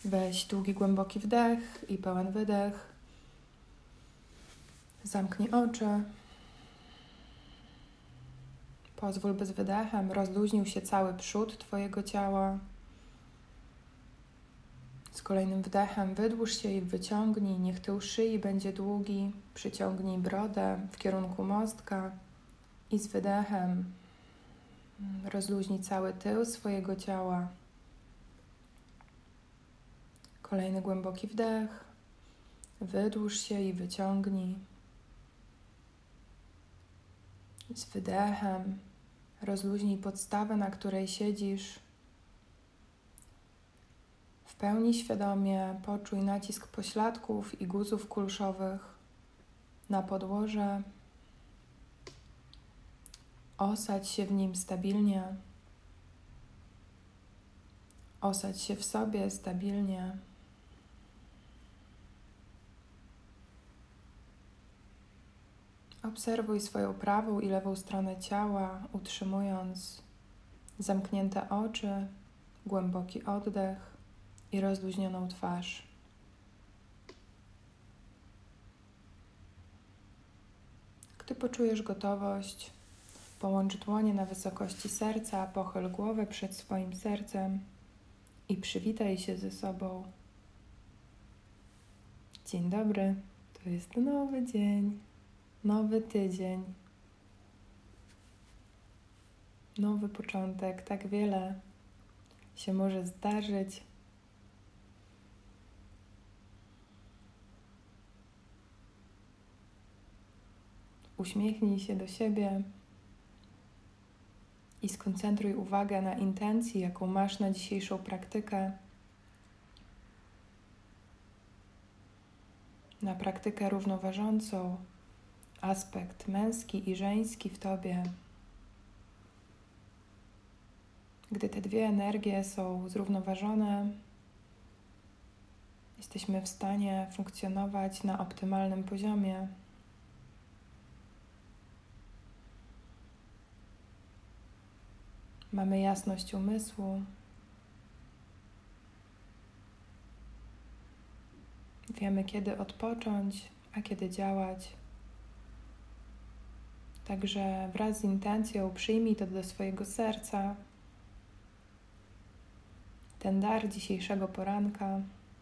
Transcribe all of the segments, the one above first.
Weź długi, głęboki wdech i pełen wydech. Zamknij oczy. Pozwól, by z wydechem rozluźnił się cały przód Twojego ciała. Z kolejnym wdechem wydłuż się i wyciągnij. Niech tył szyi będzie długi. Przyciągnij brodę w kierunku mostka. I z wydechem rozluźnij cały tył swojego ciała. Kolejny głęboki wdech. Wydłuż się i wyciągnij. Z wydechem rozluźnij podstawę, na której siedzisz. W pełni świadomie poczuj nacisk pośladków i guzów kulszowych na podłoże. Osadź się w nim stabilnie. Osadź się w sobie stabilnie. Obserwuj swoją prawą i lewą stronę ciała, utrzymując zamknięte oczy, głęboki oddech i rozluźnioną twarz. Gdy poczujesz gotowość, połącz dłonie na wysokości serca, pochyl głowę przed swoim sercem i przywitaj się ze sobą. Dzień dobry, to jest nowy dzień, nowy tydzień, nowy początek. Tak wiele się może zdarzyć. Uśmiechnij się do siebie i skoncentruj uwagę na intencji, jaką masz na dzisiejszą praktykę. Na praktykę równoważącą aspekt męski i żeński w Tobie. Gdy te dwie energie są zrównoważone, jesteśmy w stanie funkcjonować na optymalnym poziomie. Mamy jasność umysłu. Wiemy, kiedy odpocząć, a kiedy działać. Także wraz z intencją przyjmij to do swojego serca. Ten dar dzisiejszego poranka.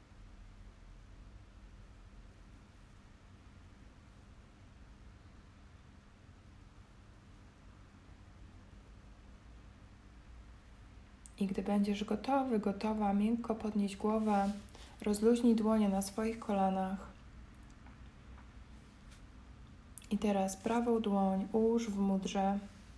I gdy będziesz gotowy, gotowa, miękko podnieś głowę, rozluźnij dłonie na swoich kolanach. I teraz prawą dłoń ułóż w mudrze,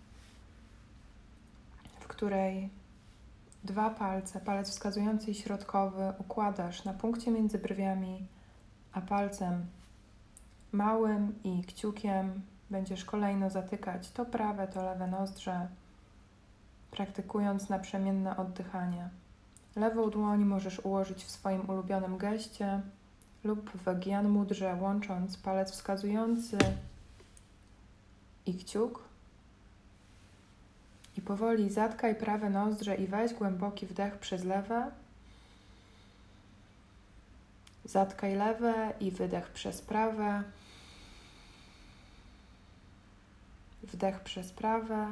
w której dwa palce, palec wskazujący i środkowy, układasz na punkcie między brwiami, a palcem małym i kciukiem będziesz kolejno zatykać to prawe, to lewe nozdrze, praktykując naprzemienne oddychanie. Lewą dłoń możesz ułożyć w swoim ulubionym geście lub w Gyan mudrze, łącząc palec wskazujący i kciuk. I powoli zatkaj prawe nozdrze i weź głęboki wdech przez lewe. Zatkaj lewe i wydech przez prawe. Wdech przez prawe.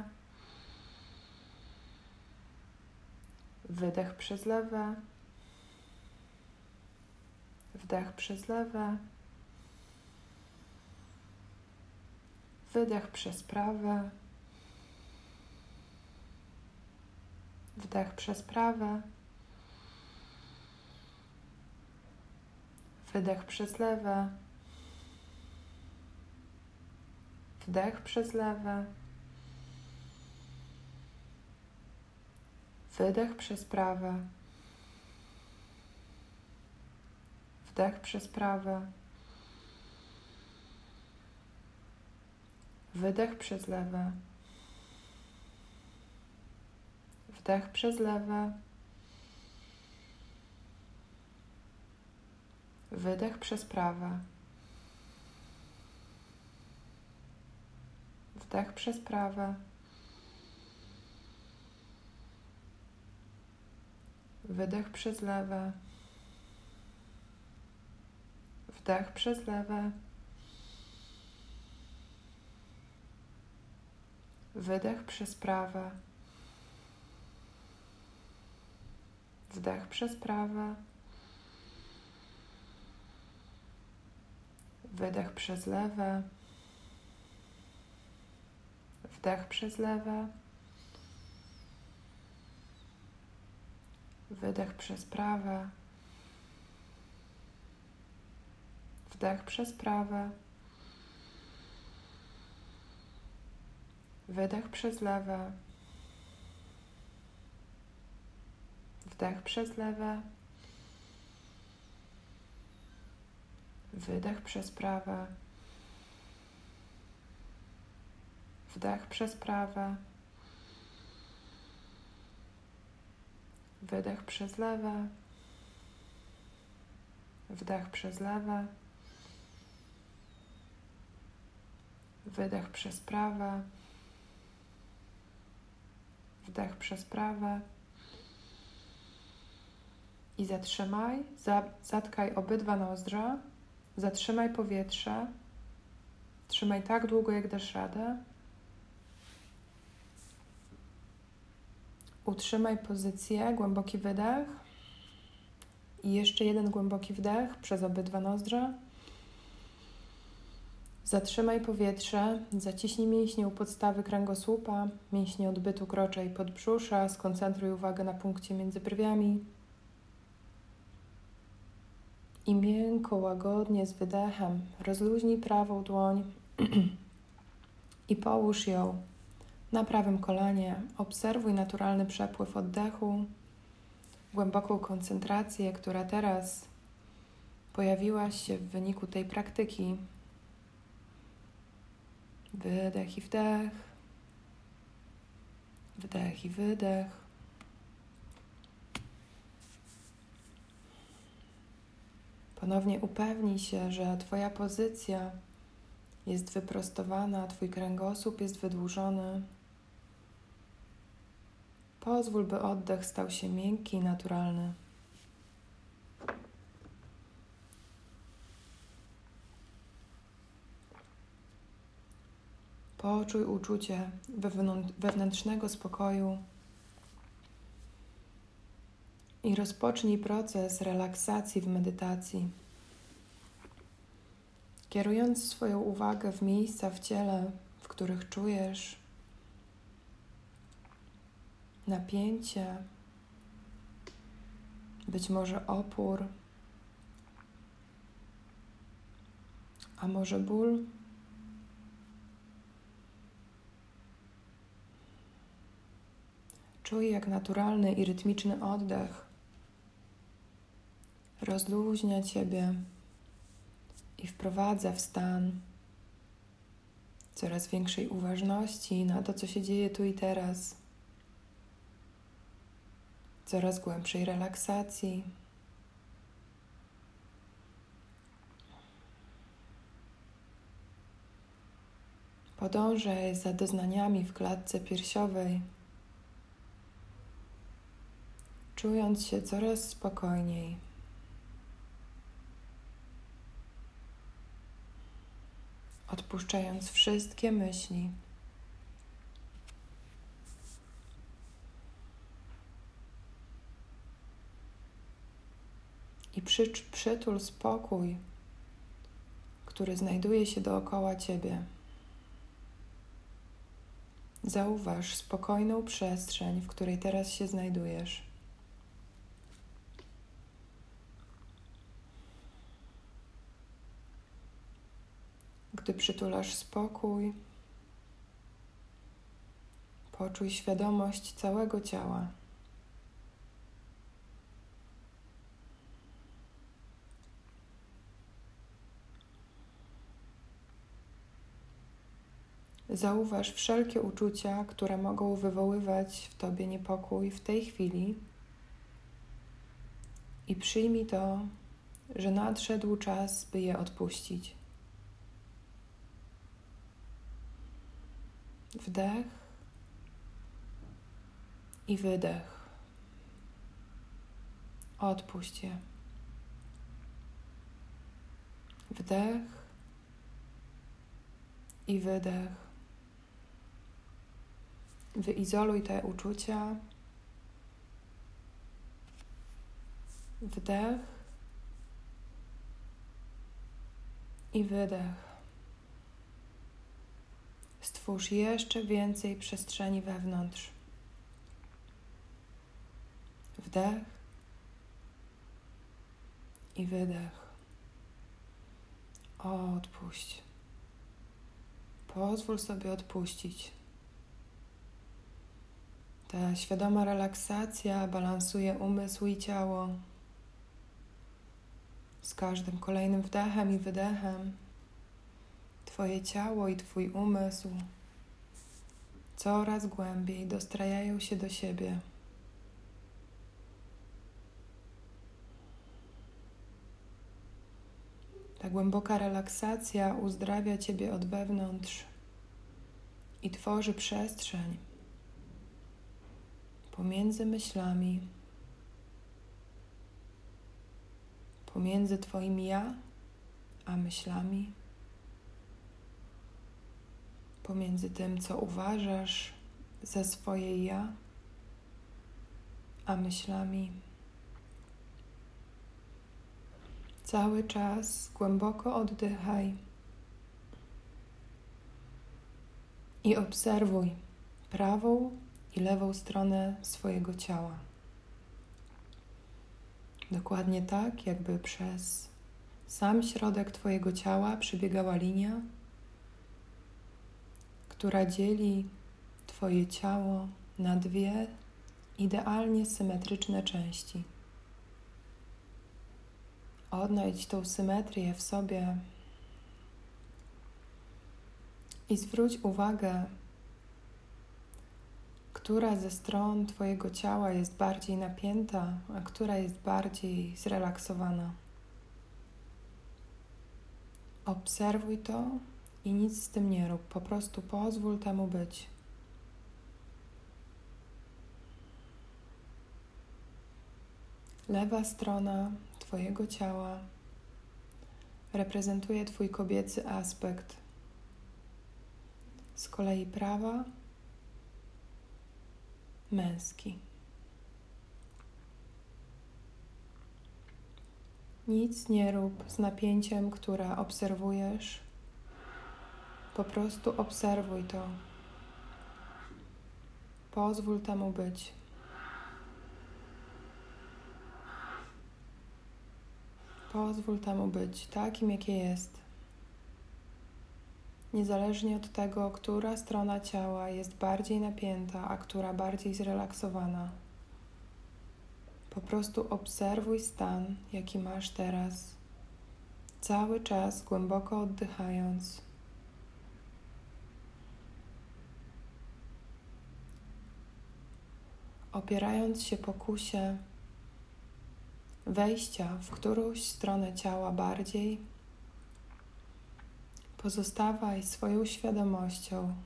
Wydech przez lewe. Wdech przez lewe. Wydech przez prawe. Wdech przez prawe. Wydech przez lewe. Wdech przez lewe. Wydech przez prawe. Wdech przez prawe. Wydech przez lewe. Wdech przez lewe. Wydech przez prawe. Wdech przez prawe. Wydech przez lewe. Wdech przez lewe. Wydech przez prawe. Wdech przez prawe. Wydech przez lewe. Wdech przez lewe. Wydech przez prawe. Wdech przez prawe. Wydech przez lewe. Wdech przez lewe. Wydech przez prawe. Wdech przez prawe. Wydech przez lewe. Wdech przez lewe. Wydech przez prawe. Wdech przez prawe. I zatrzymaj. Zatkaj obydwa nozdrza. Zatrzymaj powietrze. Trzymaj tak długo, jak dasz radę. Utrzymaj pozycję, głęboki wydech. I jeszcze jeden głęboki wdech przez obydwa nozdrza. Zatrzymaj powietrze, zaciśnij mięśnie u podstawy kręgosłupa, mięśnie odbytu krocza i podbrzusza. Skoncentruj uwagę na punkcie między brwiami. I miękko, łagodnie z wydechem rozluźnij prawą dłoń i połóż ją na prawym kolanie. Obserwuj naturalny przepływ oddechu, głęboką koncentrację, która teraz pojawiła się w wyniku tej praktyki. Wydech i wdech. Wdech i wydech. Ponownie upewnij się, że Twoja pozycja jest wyprostowana, Twój kręgosłup jest wydłużony. Pozwól, by oddech stał się miękki i naturalny. Poczuj uczucie wewnętrznego spokoju i rozpocznij proces relaksacji w medytacji. Kierując swoją uwagę w miejsca w ciele, w których czujesz napięcie, być może opór, a może ból. Czuj, jak naturalny i rytmiczny oddech rozluźnia Ciebie i wprowadza w stan coraz większej uważności na to, co się dzieje tu i teraz, coraz głębszej relaksacji. Podążaj za doznaniami w klatce piersiowej, czując się coraz spokojniej. Odpuszczając wszystkie myśli. I przytul spokój, który znajduje się dookoła Ciebie. Zauważ spokojną przestrzeń, w której teraz się znajdujesz. Gdy przytulasz spokój, poczuj świadomość całego ciała. Zauważ wszelkie uczucia, które mogą wywoływać w Tobie niepokój w tej chwili i przyjmij to, że nadszedł czas, by je odpuścić. Wdech i wydech. Odpuść je. Wdech i wydech. Wyizoluj te uczucia. Wdech i wydech. Stwórz jeszcze więcej przestrzeni wewnątrz. Wdech i wydech. Odpuść. Pozwól sobie odpuścić. Ta świadoma relaksacja balansuje umysł i ciało. Z każdym kolejnym wdechem i wydechem Twoje ciało i Twój umysł coraz głębiej dostrajają się do siebie. Ta głęboka relaksacja uzdrawia Ciebie od wewnątrz i tworzy przestrzeń pomiędzy myślami, pomiędzy Twoim ja a myślami, pomiędzy tym, co uważasz za swoje ja, a myślami. Cały czas głęboko oddychaj i obserwuj prawą i lewą stronę swojego ciała. Dokładnie tak, jakby przez sam środek Twojego ciała przebiegała linia, która dzieli Twoje ciało na dwie idealnie symetryczne części. Odnajdź tą symetrię w sobie i zwróć uwagę, która ze stron Twojego ciała jest bardziej napięta, a która jest bardziej zrelaksowana. Obserwuj to i nic z tym nie rób, po prostu pozwól temu być. Lewa strona Twojego ciała reprezentuje Twój kobiecy aspekt. Z kolei prawa męski. Nic nie rób z napięciem, które obserwujesz. Po prostu obserwuj to. Pozwól temu być. Pozwól temu być takim, jakie jest. Niezależnie od tego, która strona ciała jest bardziej napięta, a która bardziej zrelaksowana. Po prostu obserwuj stan, jaki masz teraz, cały czas głęboko oddychając. Opierając się pokusie wejścia w którąś stronę ciała bardziej, pozostawaj swoją świadomością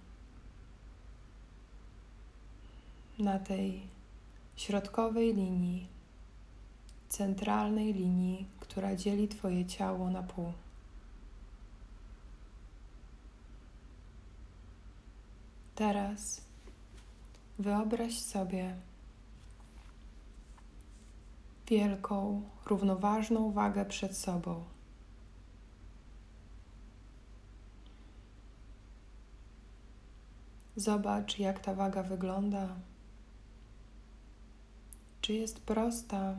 na tej środkowej linii, centralnej linii, która dzieli Twoje ciało na pół. Teraz wyobraź sobie wielką, równoważną wagę przed sobą. Zobacz, jak ta waga wygląda. Czy jest prosta,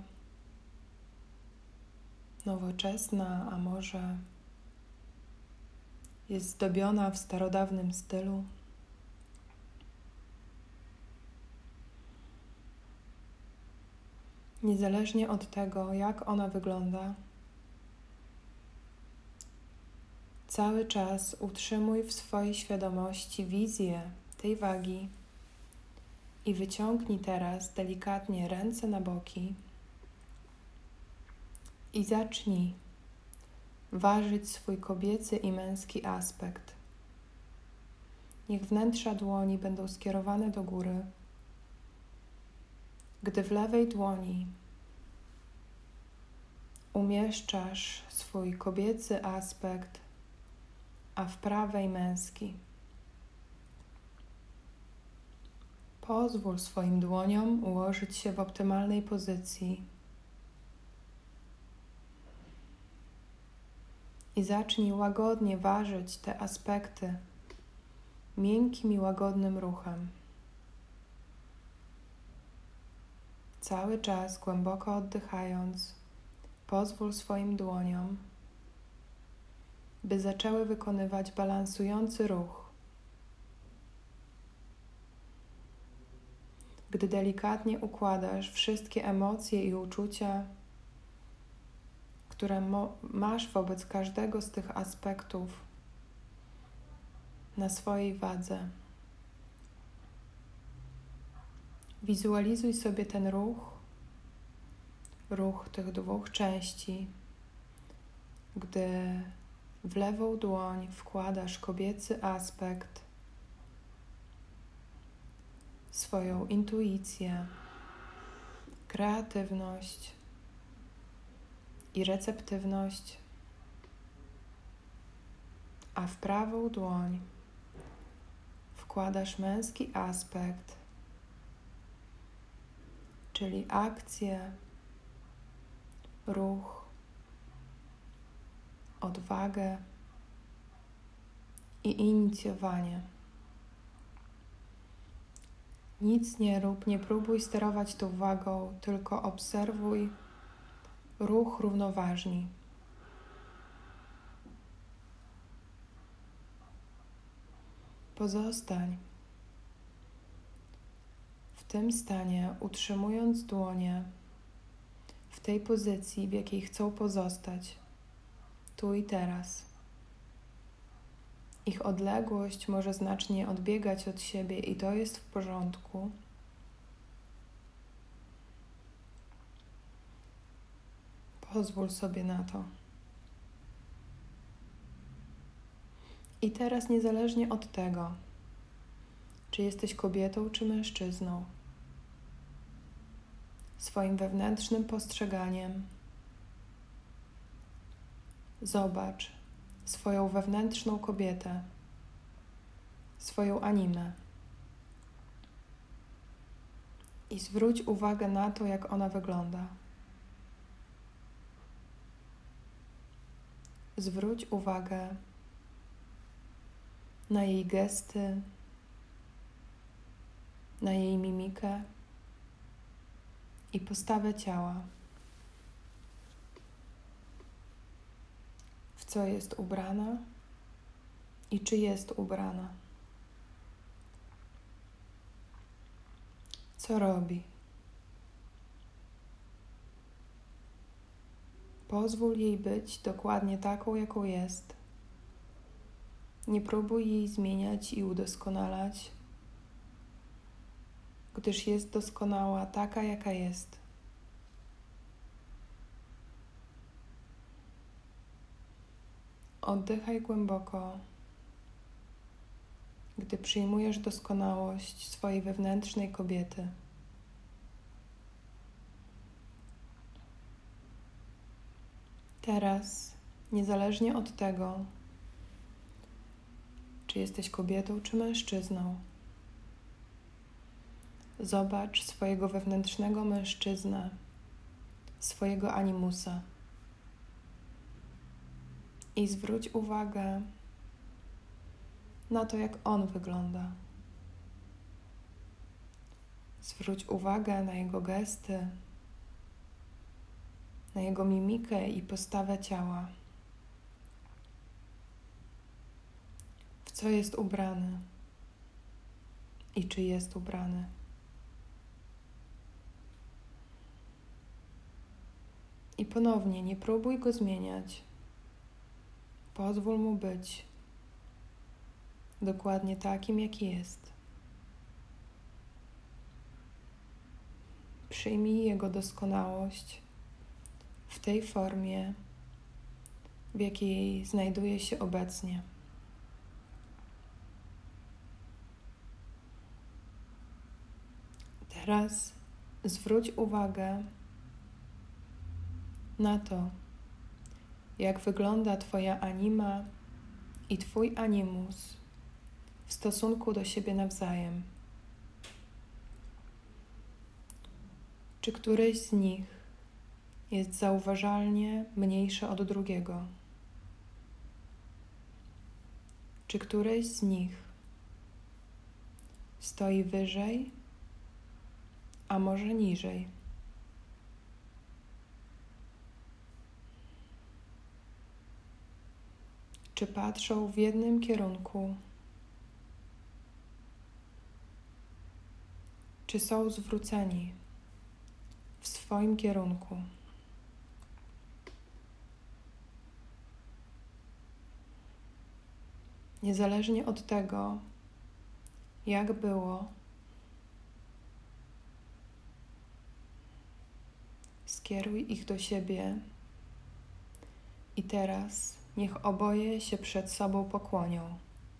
nowoczesna, a może jest zdobiona w starodawnym stylu? Niezależnie od tego, jak ona wygląda, cały czas utrzymuj w swojej świadomości wizję tej wagi i wyciągnij teraz delikatnie ręce na boki i zacznij ważyć swój kobiecy i męski aspekt. Niech wnętrza dłoni będą skierowane do góry. Gdy w lewej dłoni umieszczasz swój kobiecy aspekt, a w prawej męski. Pozwól swoim dłoniom ułożyć się w optymalnej pozycji i zacznij łagodnie ważyć te aspekty miękkim i łagodnym ruchem. Cały czas głęboko oddychając, pozwól swoim dłoniom, by zaczęły wykonywać balansujący ruch. Gdy delikatnie układasz wszystkie emocje i uczucia, które masz wobec każdego z tych aspektów na swojej wadze. Wizualizuj sobie ten ruch tych dwóch części, gdy w lewą dłoń wkładasz kobiecy aspekt, swoją intuicję, kreatywność i receptywność, a w prawą dłoń wkładasz męski aspekt, czyli akcję, ruch, odwagę i inicjowanie. Nic nie rób, nie próbuj sterować tą uwagą, tylko obserwuj ruch równoważni. Pozostań w tym stanie, utrzymując dłonie w tej pozycji, w jakiej chcą pozostać, tu i teraz. Ich odległość może znacznie odbiegać od siebie i to jest w porządku. Pozwól sobie na to. I teraz niezależnie od tego, czy jesteś kobietą, czy mężczyzną, swoim wewnętrznym postrzeganiem zobacz swoją wewnętrzną kobietę, swoją animę i zwróć uwagę na to, jak ona wygląda. Zwróć uwagę na jej gesty, na jej mimikę i postawę ciała. W co jest ubrana i czy jest ubrana. Co robi. Pozwól jej być dokładnie taką, jaką jest. Nie próbuj jej zmieniać i udoskonalać, gdyż jest doskonała taka, jaka jest. Oddychaj głęboko, gdy przyjmujesz doskonałość swojej wewnętrznej kobiety. Teraz, niezależnie od tego, czy jesteś kobietą, czy mężczyzną, zobacz swojego wewnętrznego mężczyznę, swojego animusa i zwróć uwagę na to, jak on wygląda. Zwróć uwagę na jego gesty, na jego mimikę i postawę ciała. W co jest ubrany i czy jest ubrany. I ponownie nie próbuj go zmieniać. Pozwól mu być dokładnie takim, jaki jest. Przyjmij jego doskonałość w tej formie, w jakiej znajduje się obecnie. Teraz zwróć uwagę na to, jak wygląda Twoja anima i Twój animus w stosunku do siebie nawzajem. Czy któryś z nich jest zauważalnie mniejszy od drugiego? Czy któryś z nich stoi wyżej, a może niżej? Czy patrzą w jednym kierunku? Czy są zwróceni w swoim kierunku? Niezależnie od tego, jak było, skieruj ich do siebie i teraz niech oboje się przed sobą pokłonią.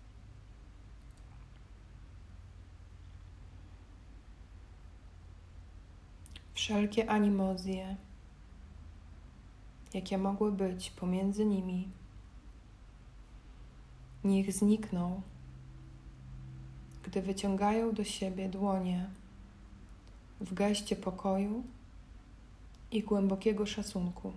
Wszelkie animozje, jakie mogły być pomiędzy nimi, niech znikną, gdy wyciągają do siebie dłonie w geście pokoju i głębokiego szacunku.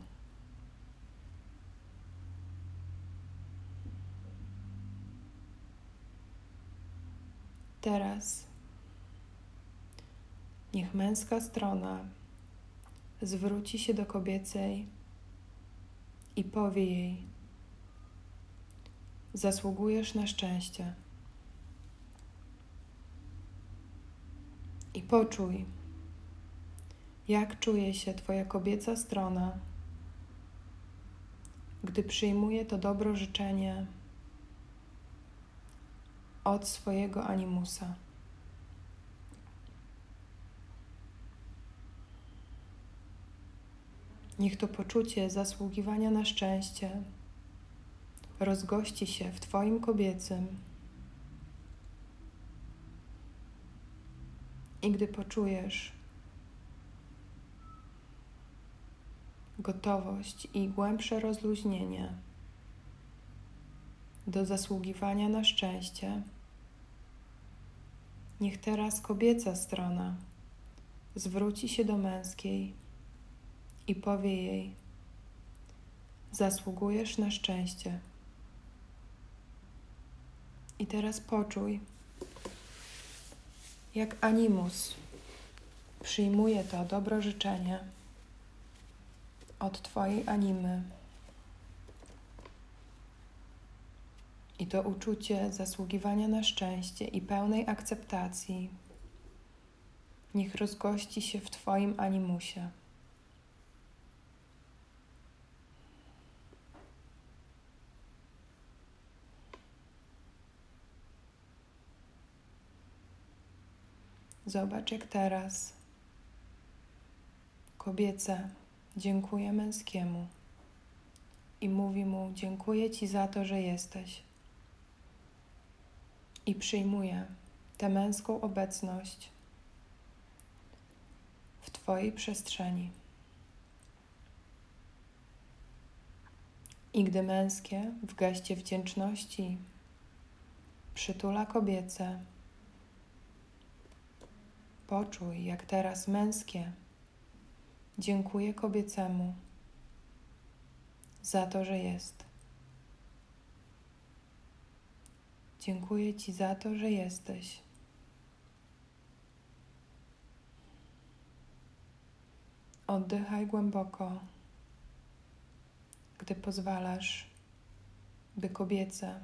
Teraz niech męska strona zwróci się do kobiecej i powie jej: zasługujesz na szczęście. I poczuj, jak czuje się Twoja kobieca strona, gdy przyjmuje to dobro życzenie od swojego animusa. Niech to poczucie zasługiwania na szczęście rozgości się w Twoim kobiecym i gdy poczujesz gotowość i głębsze rozluźnienie do zasługiwania na szczęście, niech teraz kobieca strona zwróci się do męskiej i powie jej: zasługujesz na szczęście. I teraz poczuj, jak animus przyjmuje to dobro życzenie od Twojej animy. I to uczucie zasługiwania na szczęście i pełnej akceptacji niech rozgości się w Twoim animusie. Zobacz, jak teraz kobiece dziękuję męskiemu i mówi mu: dziękuję Ci za to, że jesteś. I przyjmuję tę męską obecność w Twojej przestrzeni. I gdy męskie w geście wdzięczności przytula kobiece, poczuj, jak teraz męskie dziękuję kobiecemu za to, że jest. Dziękuję Ci za to, że jesteś. Oddychaj głęboko, gdy pozwalasz, by kobiece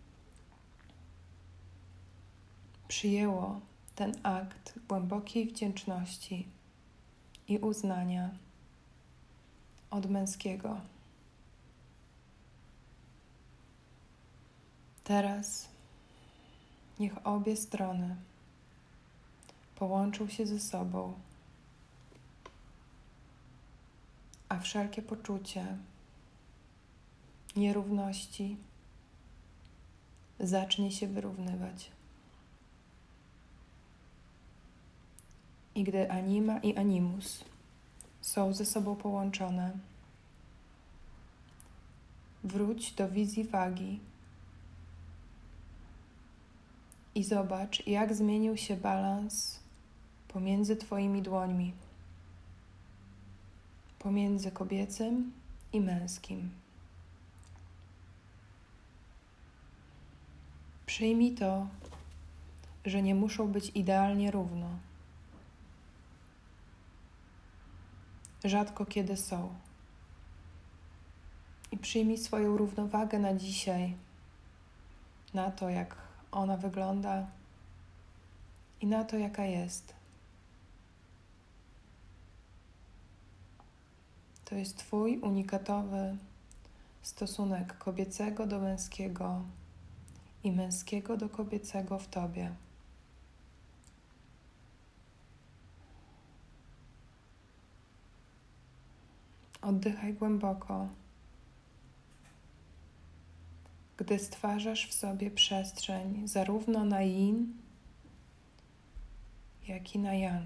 przyjęło ten akt głębokiej wdzięczności i uznania od męskiego. Teraz niech obie strony połączą się ze sobą, a wszelkie poczucie nierówności zacznie się wyrównywać. I gdy anima i animus są ze sobą połączone, Wróć do wizji wagi i zobacz, jak zmienił się balans pomiędzy Twoimi dłońmi, pomiędzy kobiecym i męskim. Przyjmij to, że nie muszą być idealnie równo. Rzadko kiedy są. I przyjmij swoją równowagę na dzisiaj, na to, jak ona wygląda i na to, jaka jest. To jest Twój unikatowy stosunek kobiecego do męskiego i męskiego do kobiecego w Tobie. Oddychaj głęboko, gdy stwarzasz w sobie przestrzeń zarówno na yin, jak i na yang.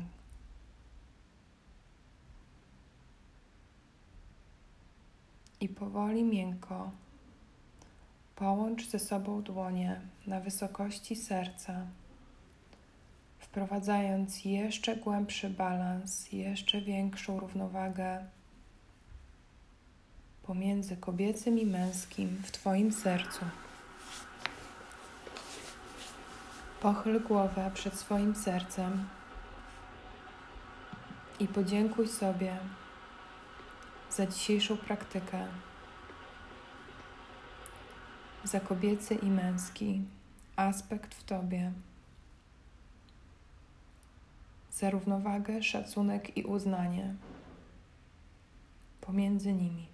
I powoli, miękko połącz ze sobą dłonie na wysokości serca, wprowadzając jeszcze głębszy balans, jeszcze większą równowagę pomiędzy kobiecym i męskim w Twoim sercu. Pochyl głowę przed swoim sercem i podziękuj sobie za dzisiejszą praktykę, za kobiecy i męski aspekt w Tobie, za równowagę, szacunek i uznanie pomiędzy nimi.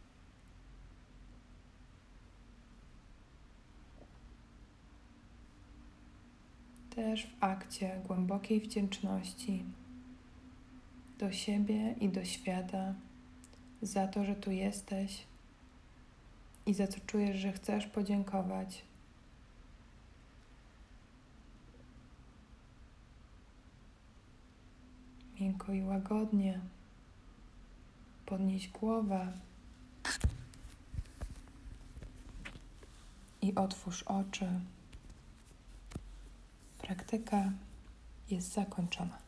Też w akcie głębokiej wdzięczności do siebie i do świata za to, że tu jesteś i za co czujesz, że chcesz podziękować. Miękko i łagodnie podnieś głowę i otwórz oczy. Praktyka jest zakończona.